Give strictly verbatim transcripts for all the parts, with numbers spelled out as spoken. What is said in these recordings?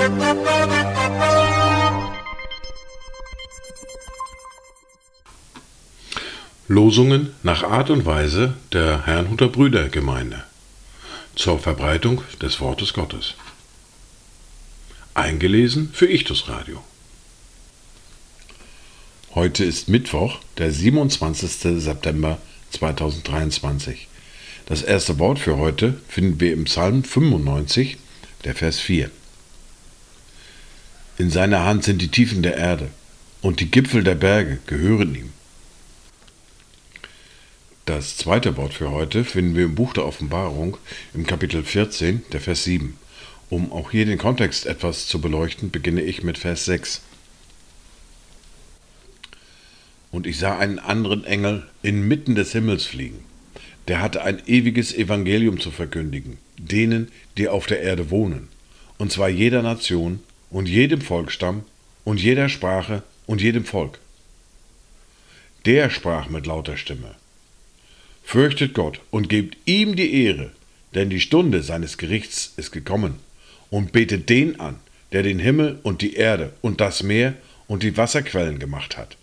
Losungen nach Art und Weise der Herrnhuter Brüdergemeinde zur Verbreitung des Wortes Gottes. Eingelesen für Ichtus Radio. Heute ist Mittwoch, der siebenundzwanzigste September zweitausenddreiundzwanzig. Das erste Wort für heute finden wir im Psalm fünfundneunzig, der Vers vier. In seiner Hand sind die Tiefen der Erde, und die Gipfel der Berge gehören ihm. Das zweite Wort für heute finden wir im Buch der Offenbarung im Kapitel vierzehn, der Vers sieben. Um auch hier den Kontext etwas zu beleuchten, beginne ich mit Vers sechs. Und ich sah einen anderen Engel inmitten des Himmels fliegen. Der hatte ein ewiges Evangelium zu verkündigen, denen, die auf der Erde wohnen, und zwar jeder Nation und jedem Volksstamm und jeder Sprache und jedem Volk. Der sprach mit lauter Stimme: Fürchtet Gott und gebt ihm die Ehre, denn die Stunde seines Gerichts ist gekommen, und betet den an, der den Himmel und die Erde und das Meer und die Wasserquellen gemacht hat.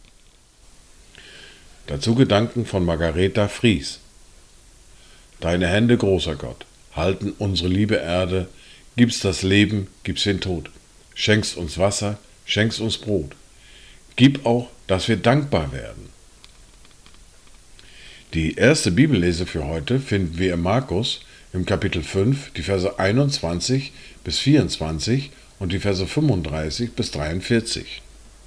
Dazu Gedanken von Margareta Fries. Deine Hände, großer Gott, halten unsere liebe Erde, gibst das Leben, gibst den Tod, schenkst uns Wasser, schenkst uns Brot. Gib auch, dass wir dankbar werden. Die erste Bibellese für heute finden wir in Markus im Kapitel fünf, die Verse einundzwanzig bis vierundzwanzig und die Verse fünfunddreißig bis dreiundvierzig.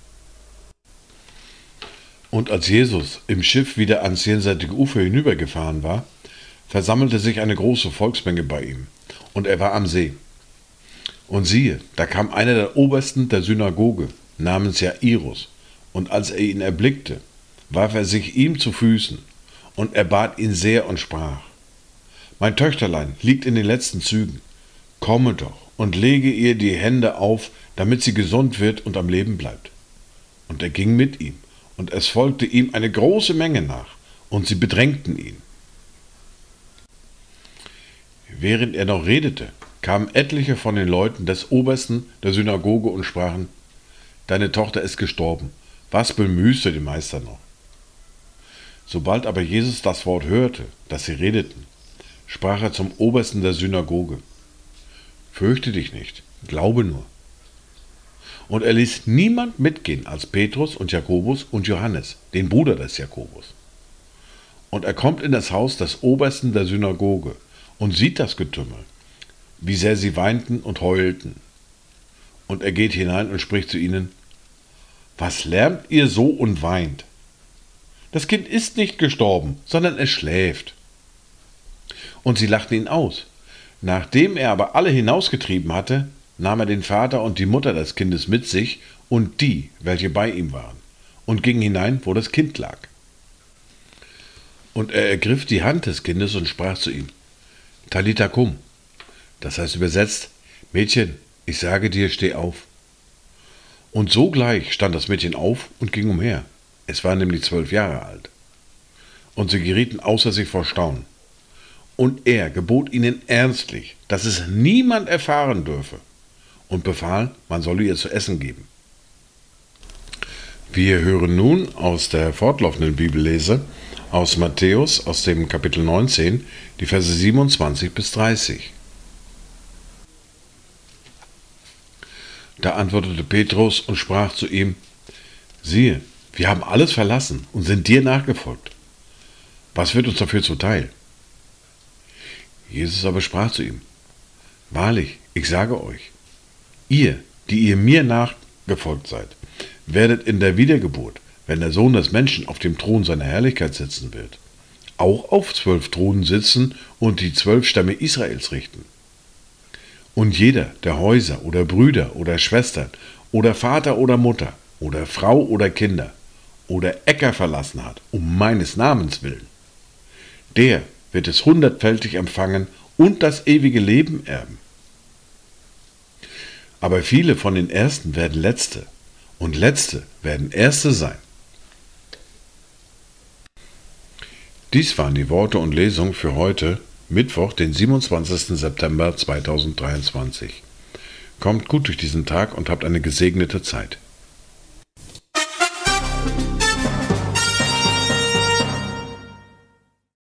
Und als Jesus im Schiff wieder ans jenseitige Ufer hinübergefahren war, versammelte sich eine große Volksmenge bei ihm, und er war am See. Und siehe, da kam einer der Obersten der Synagoge, namens Jairus, und als er ihn erblickte, warf er sich ihm zu Füßen, und er bat ihn sehr und sprach: Mein Töchterlein liegt in den letzten Zügen, komme doch und lege ihr die Hände auf, damit sie gesund wird und am Leben bleibt. Und er ging mit ihm, und es folgte ihm eine große Menge nach, und sie bedrängten ihn. Während er noch redete, kamen etliche von den Leuten des Obersten der Synagoge und sprachen: Deine Tochter ist gestorben, was bemühst du den Meister noch? Sobald aber Jesus das Wort hörte, das sie redeten, sprach er zum Obersten der Synagoge: Fürchte dich nicht, glaube nur. Und er ließ niemand mitgehen als Petrus und Jakobus und Johannes, den Bruder des Jakobus. Und er kommt in das Haus des Obersten der Synagoge und sieht das Getümmel, wie sehr sie weinten und heulten. Und er geht hinein und spricht zu ihnen: Was lärmt ihr so und weint? Das Kind ist nicht gestorben, sondern es schläft. Und sie lachten ihn aus. Nachdem er aber alle hinausgetrieben hatte, nahm er den Vater und die Mutter des Kindes mit sich und die, welche bei ihm waren, und ging hinein, wo das Kind lag. Und er ergriff die Hand des Kindes und sprach zu ihm: Talita kum, das heißt übersetzt: Mädchen, ich sage dir, steh auf. Und sogleich stand das Mädchen auf und ging umher. Es war nämlich zwölf Jahre alt. Und sie gerieten außer sich vor Staunen. Und er gebot ihnen ernstlich, dass es niemand erfahren dürfe, und befahl, man solle ihr zu essen geben. Wir hören nun aus der fortlaufenden Bibellese aus Matthäus, aus dem Kapitel neunzehn, die Verse siebenundzwanzig bis dreißig. Da antwortete Petrus und sprach zu ihm: Siehe, wir haben alles verlassen und sind dir nachgefolgt. Was wird uns dafür zuteil? Jesus aber sprach zu ihm: Wahrlich, ich sage euch, ihr, die ihr mir nachgefolgt seid, werdet in der Wiedergeburt, wenn der Sohn des Menschen auf dem Thron seiner Herrlichkeit sitzen wird, auch auf zwölf Thronen sitzen und die zwölf Stämme Israels richten. Und jeder, der Häuser oder Brüder oder Schwestern oder Vater oder Mutter oder Frau oder Kinder oder Äcker verlassen hat, um meines Namens willen, der wird es hundertfältig empfangen und das ewige Leben erben. Aber viele von den Ersten werden Letzte, und Letzte werden Erste sein. Dies waren die Worte und Lesung für heute, Mittwoch, den siebenundzwanzigsten September zweitausenddreiundzwanzig. Kommt gut durch diesen Tag und habt eine gesegnete Zeit.